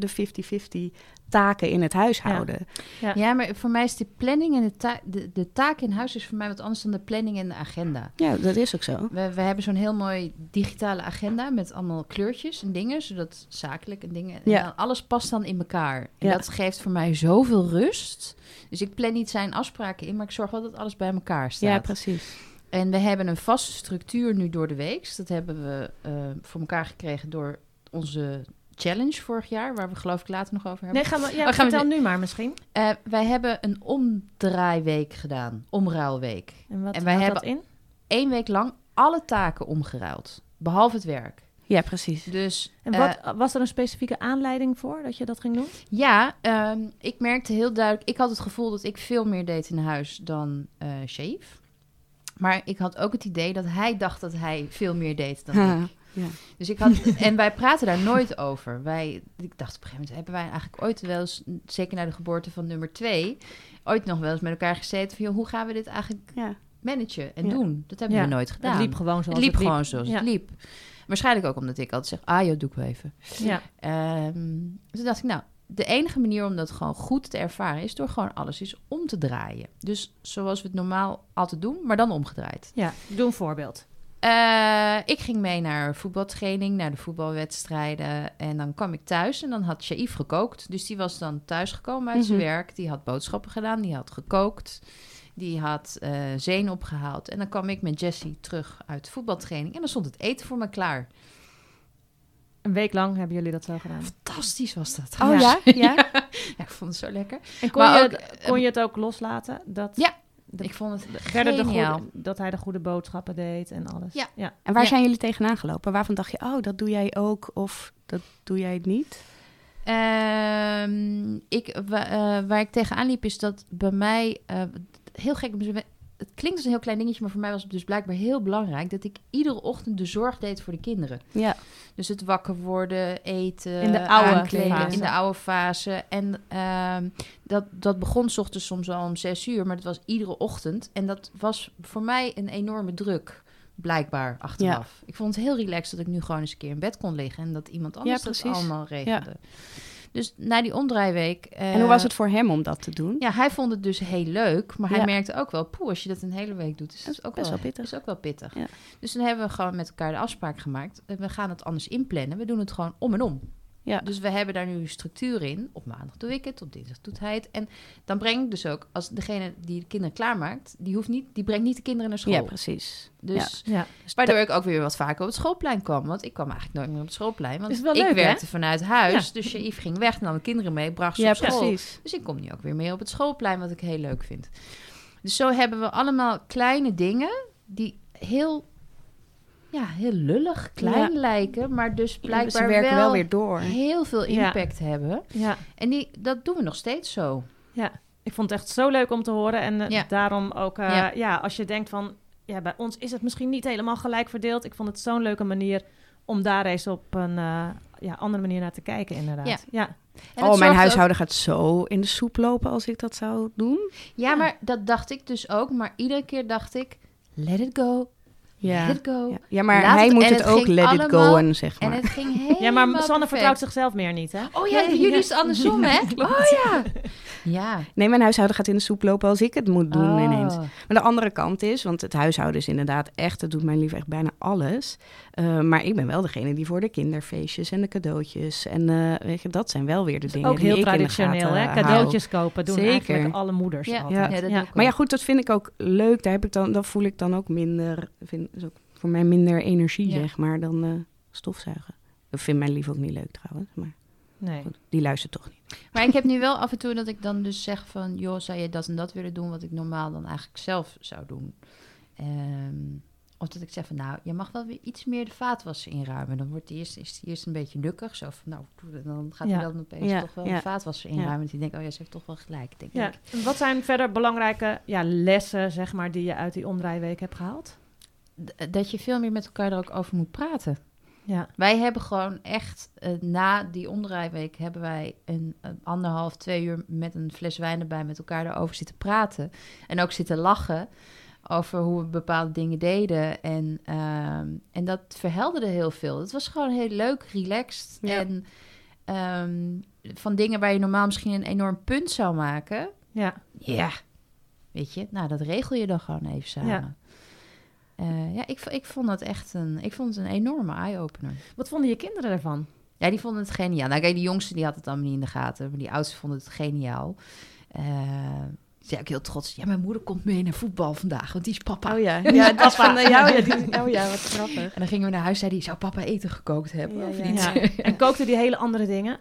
de 50-50 taken in het huishouden. Ja, maar voor mij is de planning en de taak in huis is voor mij wat anders dan de planning en de agenda. Ja, dat is ook zo. We hebben zo'n heel mooi digitale agenda met allemaal kleurtjes en dingen, zodat zakelijk en dingen, en alles past dan in elkaar. En dat geeft voor mij zoveel rust. Dus ik plan niet zijn afspraken in, maar ik zorg wel dat alles bij elkaar staat. Ja, precies. En we hebben een vaste structuur nu door de week. Dat hebben we voor elkaar gekregen door onze challenge vorig jaar, waar we geloof ik later nog over hebben. Nee, vertel nu maar misschien. Wij hebben een omdraaiweek gedaan, omruilweek. En wat houdt dat in? 1 week lang alle taken omgeruild, behalve het werk. Ja, precies. Dus, en was er een specifieke aanleiding voor dat je dat ging doen? Ja, ik merkte heel duidelijk, ik had het gevoel dat ik veel meer deed in huis dan Shaif. Maar ik had ook het idee dat hij dacht dat hij veel meer deed dan ik. Ja. Dus en wij praten daar nooit over. Ik dacht op een gegeven moment, hebben wij eigenlijk ooit wel eens, zeker na de geboorte van nummer 2, ooit nog wel eens met elkaar gezeten van, joh, hoe gaan we dit eigenlijk managen en doen? Dat hebben we nooit gedaan. Het liep gewoon zoals het liep. Waarschijnlijk ook omdat ik altijd zeg, joh, doe ik wel even. Ja. Toen dacht ik, nou, de enige manier om dat gewoon goed te ervaren is door gewoon alles eens om te draaien. Dus zoals we het normaal altijd doen, maar dan omgedraaid. Ja, doe een voorbeeld. Ik ging mee naar voetbaltraining, naar de voetbalwedstrijden. En dan kwam ik thuis en dan had Shaif gekookt. Dus die was dan thuisgekomen uit zijn werk. Die had boodschappen gedaan, die had gekookt. Die had zeeën opgehaald. En dan kwam ik met Jessie terug uit de voetbaltraining. En dan stond het eten voor me klaar. Een week lang hebben jullie dat zo gedaan? Fantastisch was dat. Oh ja? Ja, ik vond het zo lekker. En kon je het ook loslaten? Ik vond het geniaal. Dat hij de goede boodschappen deed en alles. Ja. En waar zijn jullie tegenaan gelopen? Waarvan dacht je, dat doe jij ook of dat doe jij niet? Waar ik tegenaan liep is dat bij mij, heel gek, het klinkt als een heel klein dingetje, maar voor mij was het dus blijkbaar heel belangrijk dat ik iedere ochtend de zorg deed voor de kinderen. Ja. Dus het wakker worden, eten, in de oude aankleden, fase. in de oude fase. En dat begon 's ochtends soms al om 6 uur, maar het was iedere ochtend. En dat was voor mij een enorme druk, blijkbaar, achteraf. Ik vond het heel relaxed dat ik nu gewoon eens een keer in bed kon liggen en dat dat anders dat allemaal regelde. Ja. Dus na die omdraaiweek... en hoe was het voor hem om dat te doen? Ja, hij vond het dus heel leuk. Maar hij merkte ook wel, als je dat een hele week doet, is het ook best wel pittig. Is ook wel pittig. Ja. Dus toen hebben we gewoon met elkaar de afspraak gemaakt. We gaan het anders inplannen. We doen het gewoon om en om. Ja. Dus we hebben daar nu structuur in. Op maandag doe ik het, op dinsdag doet hij het. En dan breng ik dus ook, als degene die de kinderen klaarmaakt, die brengt niet de kinderen naar school. Ja, precies. Dus waardoor ik ook weer wat vaker op het schoolplein kwam. Want ik kwam eigenlijk nooit meer op het schoolplein. Want ik werkte vanuit huis. Dus Shaif ging weg, nam de kinderen mee, bracht ze op school. Precies. Dus ik kom nu ook weer mee op het schoolplein, wat ik heel leuk vind. Dus zo hebben we allemaal kleine dingen die heel lullig, klein lijken, maar dus blijkbaar ze werken wel weer door. Heel veel impact hebben. Ja. En dat doen we nog steeds zo. Ja, ik vond het echt zo leuk om te horen. En daarom ook, als je denkt van, bij ons is het misschien niet helemaal gelijk verdeeld. Ik vond het zo'n leuke manier om daar eens op een andere manier naar te kijken, inderdaad. Ja. Mijn huishouden gaat zo in de soep lopen als ik dat zou doen. Ja, maar dat dacht ik dus ook. Maar iedere keer dacht ik, let it go. Ja. Let it go. Ja, maar hij moet het ook let it go, zeg maar. En het ging helemaal Ja, maar Sanne perfect. vertrouwt zichzelf meer niet, hè? Oh ja, jullie is het andersom, hè? Oh ja. Ja. Nee, mijn huishouden gaat in de soep lopen als ik het moet doen ineens. Maar de andere kant is, want het huishouden is inderdaad echt... het doet mijn lief echt bijna alles. Maar ik ben wel degene die voor de kinderfeestjes en de cadeautjes... en weet je, dat zijn wel weer de dingen ook die heel ik traditioneel, in de gaten hè? Cadeautjes kopen doen eigenlijk alle moeders Ja, altijd. ja, dat doe ik ook. Maar ja, goed, dat vind ik ook leuk. Daar voel ik dan ook minder... is ook voor mij minder energie, zeg maar, dan stofzuigen. Dat vindt mijn lief ook niet leuk trouwens, maar... Nee. Goed, die luistert toch niet. Maar ik heb nu wel af en toe dat ik dan dus zeg van... joh, zou je dat en dat willen doen... wat ik normaal dan eigenlijk zelf zou doen. Of dat ik zeg van... nou, je mag wel weer iets meer de vaatwasser inruimen. Dan wordt is die eerst een beetje nukkig. Zo van, nou, dan gaat hij dan opeens toch wel de vaatwasser inruimen. Want die denkt, oh ja, ze heeft toch wel gelijk, denk ik. En wat zijn verder belangrijke lessen, zeg maar... die je uit die omdraaiweek hebt gehaald? Dat je veel meer met elkaar er ook over moet praten. Ja. Wij hebben gewoon echt, na die omdraaiweek... hebben wij een 1,5-2 uur met een fles wijn erbij... met elkaar erover zitten praten. En ook zitten lachen over hoe we bepaalde dingen deden. En dat verhelderde heel veel. Het was gewoon heel leuk, relaxed. Ja. En van dingen waar je normaal misschien een enorm punt zou maken... Ja, weet je, nou, dat regel je dan gewoon even samen. Ik vond het echt een enorme eye-opener. Wat vonden je kinderen ervan? Ja, die vonden het geniaal. Nou, kijk, die jongste die had het allemaal niet in de gaten. Maar die oudste vond het geniaal. Zei ook heel trots. Ja, mijn moeder komt mee naar voetbal vandaag, want die is papa. Oh ja, ja, dat is van jou. Ja, wat grappig. En dan gingen we naar huis, zei hij, zou papa eten gekookt hebben of niet? Ja. En kookte die hele andere dingen?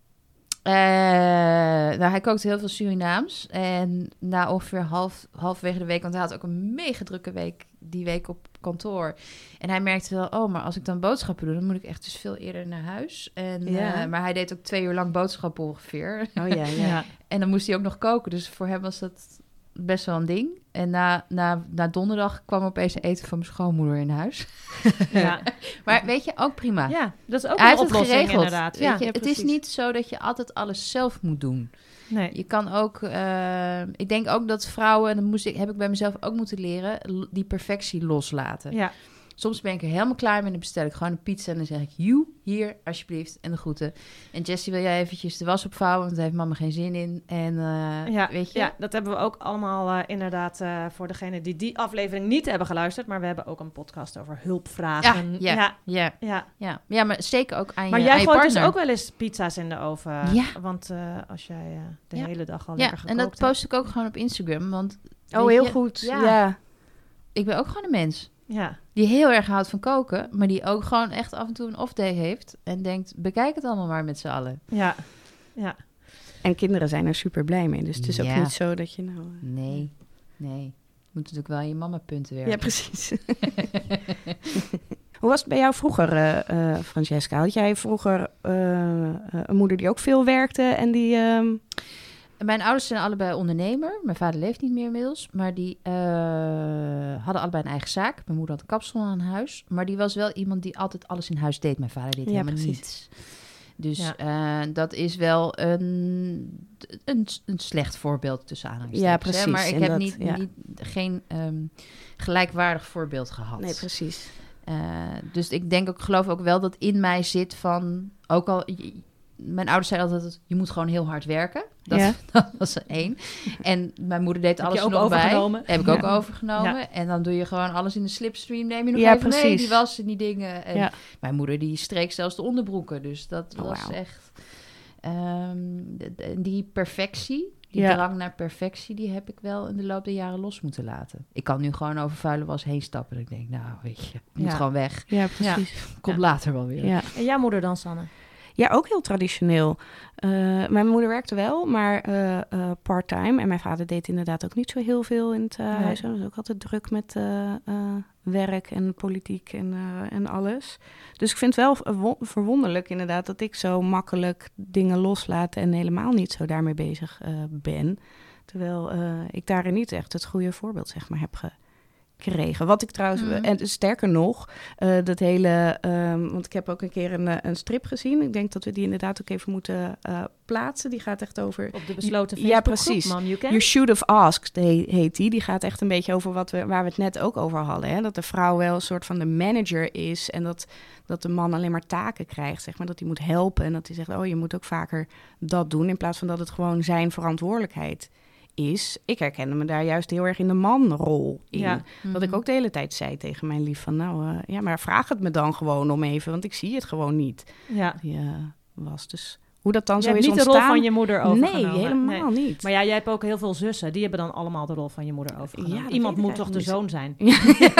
Nou, hij kookte heel veel Surinaams. En na ongeveer halverwege de week, want hij had ook een mega drukke week die week op kantoor. En hij merkte wel, maar als ik dan boodschappen doe, dan moet ik echt dus veel eerder naar huis. Maar hij deed ook 2 uur lang boodschappen ongeveer. Oh ja. En dan moest hij ook nog koken. Dus voor hem was dat best wel een ding. En na donderdag kwam opeens eten van mijn schoonmoeder in huis. Ja. Maar weet je, ook prima. Ja, dat is ook hij een heeft oplossing het geregeld. inderdaad. Weet je, het is niet zo dat je altijd alles zelf moet doen. Nee. Je kan ook... ik denk ook dat vrouwen, en dat heb ik bij mezelf ook moeten leren, die perfectie loslaten. Ja. Soms ben ik er helemaal klaar mee en dan bestel ik gewoon een pizza en dan zeg ik, joe, hier, alsjeblieft, en de groeten. En Jessie, wil jij eventjes de was opvouwen, want daar heeft mama geen zin in. En weet je... Ja, dat hebben we ook allemaal inderdaad voor degenen die aflevering niet hebben geluisterd. Maar we hebben ook een podcast over hulpvragen. Ja, maar zeker ook aan maar je jij gooit partner. dus ook wel eens pizza's in de oven. Ja. Want als jij de hele dag al lekker gekookt en dat hebt. post ik ook gewoon op Instagram, want... heel goed. Ja. Ik ben ook gewoon een mens. Ja. Die heel erg houdt van koken, maar die ook gewoon echt af en toe een off-day heeft. En denkt, bekijk het allemaal maar met z'n allen. Ja. En kinderen zijn er super blij mee. Dus het is ook niet zo dat je nou... Nee. Je moet natuurlijk wel je mama-punten werken. Ja, precies. Hoe was het bij jou vroeger, Francesca? Had jij vroeger een moeder die ook veel werkte en die... Mijn ouders zijn allebei ondernemer. Mijn vader leeft niet meer inmiddels. Maar die hadden allebei een eigen zaak. Mijn moeder had een kapsalon aan huis. Maar die was wel iemand die altijd alles in huis deed. Mijn vader deed helemaal niets. Dus dat is wel een slecht voorbeeld tussen aanhalingstekens. Ja, precies. Hè? Maar ik heb geen gelijkwaardig voorbeeld gehad. Nee, precies. Dus ik geloof ook wel dat in mij zit van... Ook al... Mijn ouders zeiden altijd, je moet gewoon heel hard werken. Dat was 1. En mijn moeder deed alles er nog bij. Heb ik ook overgenomen. Ja. En dan doe je gewoon alles in de slipstream. Neem je nog even mee, die was en die dingen. En mijn moeder die streek zelfs de onderbroeken. Dus dat was echt... die perfectie, die drang naar perfectie... die heb ik wel in de loop der jaren los moeten laten. Ik kan nu gewoon over vuile was heen stappen. En ik denk, nou weet je, moet gewoon weg. Ja, precies. Komt later wel weer. Ja. En jouw moeder dan, Sanne? Ja, ook heel traditioneel. Mijn moeder werkte wel, maar part-time. En mijn vader deed inderdaad ook niet zo heel veel in het huis. Hij was ook altijd druk met werk en politiek en alles. Dus ik vind het wel verwonderlijk inderdaad dat ik zo makkelijk dingen loslaat en helemaal niet zo daarmee bezig ben. Terwijl ik daarin niet echt het goede voorbeeld zeg maar heb gekregen. Wat ik trouwens, en sterker nog, dat hele, want ik heb ook een keer een strip gezien. Ik denk dat we die inderdaad ook even moeten plaatsen. Die gaat echt over... Op de besloten Facebookgroep, Mom You Can. You Should Have Asked heet die. Die gaat echt een beetje over waar we het net ook over hadden. Hè? Dat de vrouw wel een soort van de manager is en dat de man alleen maar taken krijgt, zeg maar. Dat hij moet helpen en dat hij zegt, je moet ook vaker dat doen, in plaats van dat het gewoon zijn verantwoordelijkheid is. Ik herkende me daar juist heel erg in de manrol in. Ja. Dat ik ook de hele tijd zei tegen mijn lief van, maar vraag het me dan gewoon om even, want ik zie het gewoon niet. Ja. Was dus... Hoe dat dan je zo hebt is niet ontstaan. De rol van je moeder overgenomen. Nee, helemaal niet. Maar jij hebt ook heel veel zussen. Die hebben dan allemaal de rol van je moeder overgenomen. Ja, iemand moet toch de zoon zijn? Ja.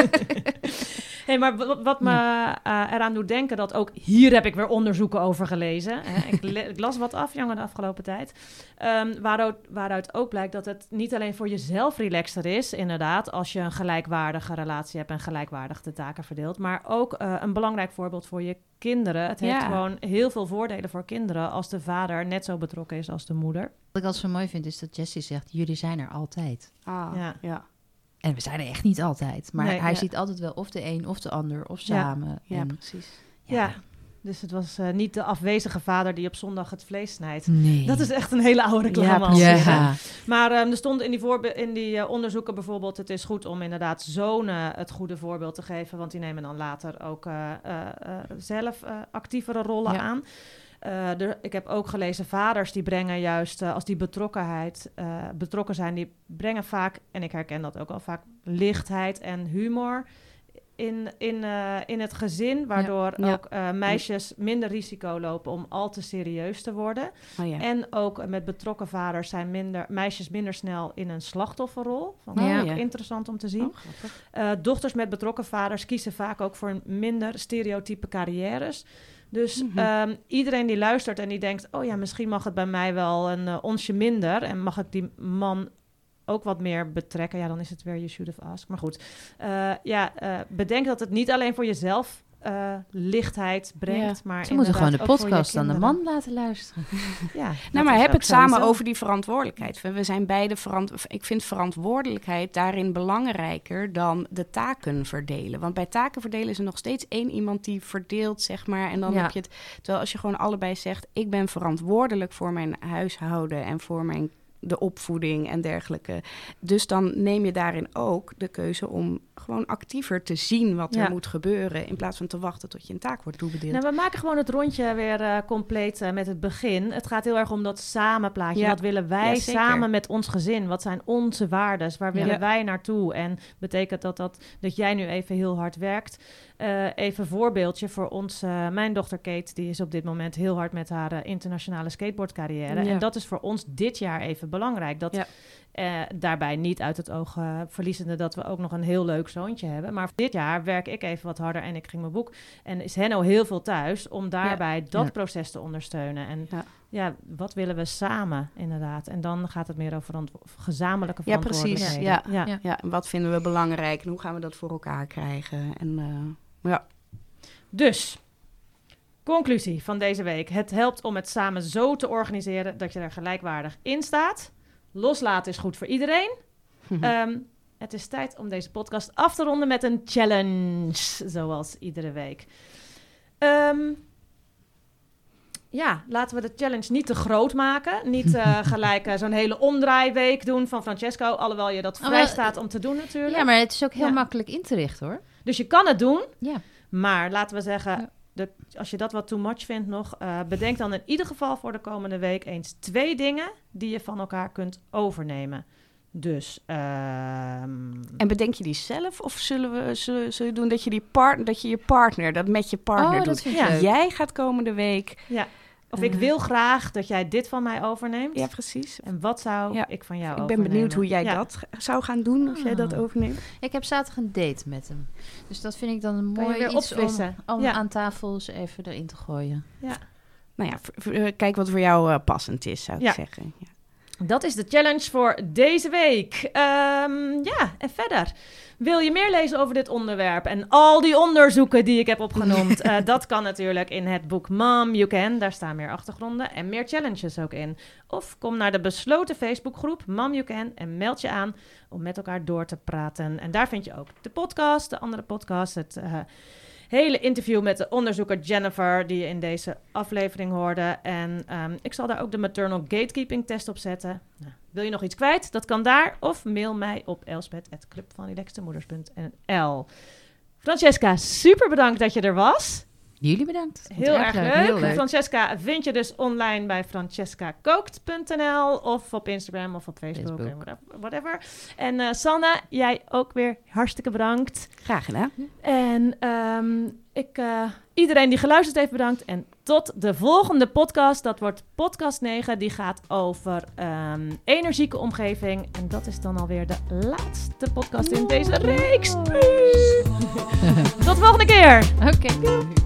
Hey, maar wat me eraan doet denken, dat ook hier heb ik weer onderzoeken over gelezen. Ik las wat af, jongen, de afgelopen tijd. Waaruit ook blijkt dat het niet alleen voor jezelf relaxter is, inderdaad, als je een gelijkwaardige relatie hebt en gelijkwaardig de taken verdeelt. Maar ook een belangrijk voorbeeld voor je kinderen. Het heeft gewoon heel veel voordelen voor kinderen als de vader net zo betrokken is als de moeder. Wat ik altijd zo mooi vind is dat Jessie zegt, jullie zijn er altijd. Ja. En we zijn er echt niet altijd. Maar hij ziet altijd wel of de een of de ander of samen. Ja, precies. Ja. Dus het was niet de afwezige vader die op zondag het vlees snijdt. Nee. Dat is echt een hele oude reclame. Ja. Maar er stond in die onderzoeken bijvoorbeeld, het is goed om inderdaad zonen het goede voorbeeld te geven, want die nemen dan later ook zelf actievere rollen aan. Ik heb ook gelezen, vaders die brengen juist, als die betrokken zijn, die brengen vaak, en ik herken dat ook al vaak, lichtheid en humor in het gezin, waardoor ook meisjes minder risico lopen om al te serieus te worden. En ook met betrokken vaders zijn meisjes minder snel in een slachtofferrol. Interessant om te zien. Dochters met betrokken vaders kiezen vaak ook voor minder stereotype carrières. Dus iedereen die luistert en die denkt, misschien mag het bij mij wel een onsje minder en mag ik die man ook wat meer betrekken. Ja, dan is het weer you should have asked. Maar goed, bedenk dat het niet alleen voor jezelf lichtheid brengt. Maar ze moeten gewoon de podcast aan de man laten luisteren. Maar heb het samen over die verantwoordelijkheid. We zijn beide ik vind verantwoordelijkheid daarin belangrijker dan de taken verdelen. Want bij taken verdelen is er nog steeds één iemand die verdeelt, zeg maar. En dan heb je het. Terwijl als je gewoon allebei zegt, ik ben verantwoordelijk voor mijn huishouden en voor de opvoeding en dergelijke. Dus dan neem je daarin ook de keuze om gewoon actiever te zien wat er moet gebeuren, in plaats van te wachten tot je een taak wordt toebedeeld. Nou, we maken gewoon het rondje weer compleet met het begin. Het gaat heel erg om dat samenplaatje. Ja. Wat willen wij samen met ons gezin? Wat zijn onze waardes? Waar willen wij naartoe? En betekent dat jij nu even heel hard werkt? Even een voorbeeldje voor ons. Mijn dochter Kate, die is op dit moment heel hard met haar internationale skateboardcarrière. Ja. En dat is voor ons dit jaar even belangrijk. Daarbij niet uit het oog verliezende dat we ook nog een heel leuk zoontje hebben. Maar dit jaar werk ik even wat harder en ik ging mijn boek. En is Henno heel veel thuis om daarbij dat proces te ondersteunen. En wat willen we samen inderdaad? En dan gaat het meer over gezamenlijke verantwoordelijkheden. Ja, precies. Ja. En wat vinden we belangrijk en hoe gaan we dat voor elkaar krijgen? En, Dus, conclusie van deze week. Het helpt om het samen zo te organiseren dat je er gelijkwaardig in staat. Loslaten is goed voor iedereen. Het is tijd om deze podcast af te ronden met een challenge, zoals iedere week. Laten we de challenge niet te groot maken. Niet gelijk zo'n hele omdraaiweek doen van Francesco, alhoewel je dat vrij staat om te doen natuurlijk. Ja, maar het is ook heel makkelijk in te richten, hoor. Dus je kan het doen, maar laten we zeggen, als je dat wat too much vindt nog, bedenk dan in ieder geval voor de komende week eens 2 dingen die je van elkaar kunt overnemen. Dus, En bedenk je die zelf of zullen je doen dat je je partner, dat met je partner doet? Jij gaat komende week. Ja. Of ik wil graag dat jij dit van mij overneemt. Ja, precies. En wat zou ik van jou overnemen? Ik ben benieuwd hoe jij dat zou gaan doen als jij dat overneemt. Ik heb zaterdag een date met hem. Dus dat vind ik dan een mooi iets om aan tafel eens even erin te gooien. Ja. Nou ja, kijk wat voor jou passend is, zou ik zeggen. Ja. Dat is de challenge voor deze week. En verder. Wil je meer lezen over dit onderwerp en al die onderzoeken die ik heb opgenoemd? Dat kan natuurlijk in het boek Mom You Can. Daar staan meer achtergronden en meer challenges ook in. Of kom naar de besloten Facebookgroep Mom You Can en meld je aan om met elkaar door te praten. En daar vind je ook de podcast, de andere podcast, het hele interview met de onderzoeker Jennifer, die je in deze aflevering hoorde. En ik zal daar ook de maternal gatekeeping test op zetten. Nou, wil je nog iets kwijt? Dat kan daar. Of mail mij op elspeth@clubvanrelaxtemoeders.nl. Francesca, super bedankt dat je er was. Jullie bedankt. Heel erg leuk. Heel leuk. Francesca vind je dus online bij francescakookt.nl of op Instagram of op Facebook. En whatever. En Sanne, jij ook weer hartstikke bedankt. Graag gedaan. En iedereen die geluisterd heeft bedankt. En tot de volgende podcast. Dat wordt podcast 9. Die gaat over energieke omgeving. En dat is dan alweer de laatste podcast in deze reeks. Tot de volgende keer. Oké.